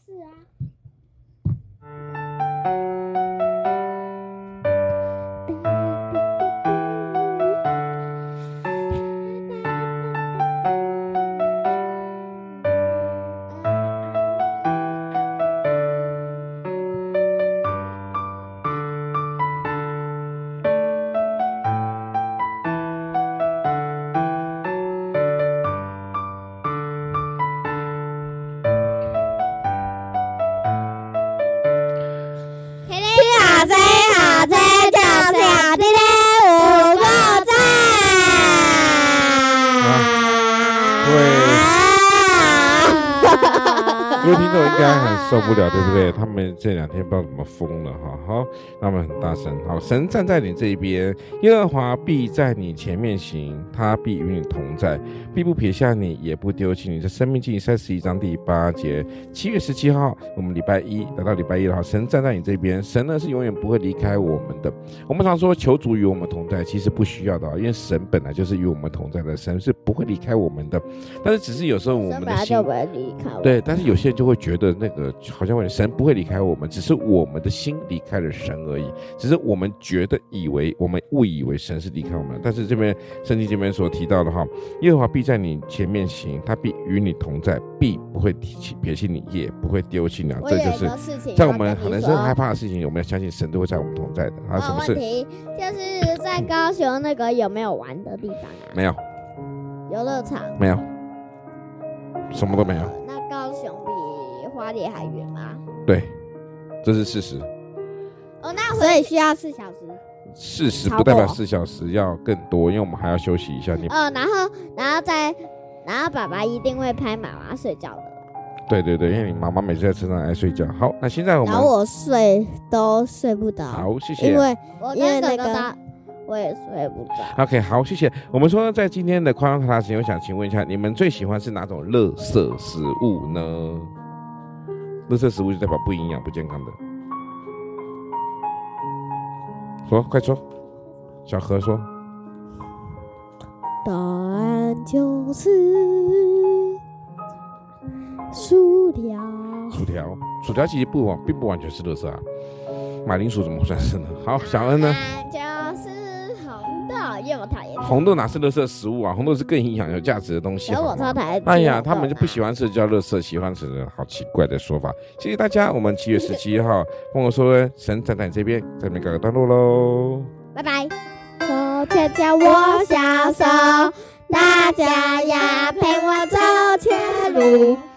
是啊。 各位听众应该很受不了，对不对？他们这2天不知道怎么疯了哈。好，他们很大声。好，神站在你这一边，耶和华必在你前面行，他必与你同在，必不撇下你，也不丢弃你。这申命记31章第8节。7月17号，我们礼拜一来到礼拜一了。神站在你这边，神呢是永远不会离开我们的。我们常说求主与我们同在，其实不需要的，因为神本来就是与我们同在的，神是不会离开我们的。但是只是有时候我们的心就不会离开我们， 对，但是有些人就会觉得那个好像神不会离开我们，只是我们的心离开了神而已，只是我们我们误以为神是离开我们。但是这边圣经这边所提到的哈，耶和华必在你前面行，他必与你同在，必不会撇弃你，也不会丢弃你。这就是在我们可能是害怕的事情，我们要相信神都会在我们同在的。还有什么事？ 问题就是在高雄那个有没有玩的地方啊？ 没有。 游乐场没有，什么都没有。 那高雄比花莲还远吗？ 对，这是事实。 那所以需要4小时。 事实不代表4小时要更多，因为我们还要休息一下。 然后爸爸一定会拍妈妈睡觉的。 对对对，因为你妈妈每次在车上爱睡觉。好，那现在我们然后我睡都睡不着。 好，谢谢。 因为那个我也睡不着。 OK， 好，谢谢。我们说在今天的快问快答时间，我想请问一下，你们最喜欢是哪种垃圾食物呢？垃圾食物就代表不营养、不健康的。说，快说。小何说。 答案就是薯条。 薯条其实并不完全是垃圾啊。马铃薯怎么算是呢？好，小恩呢？ 就是红豆，因为我讨厌。 红豆哪是垃圾食物啊？红豆是更营养有价值的东西。 我超讨厌。 哎呀，他们就不喜欢吃叫垃圾，喜欢吃的好奇怪的说法。谢谢大家，我们7月17号跟我说神站在你这边，这边告个段落喽， 拜拜。手牵牵我小手，大家呀陪我走前路。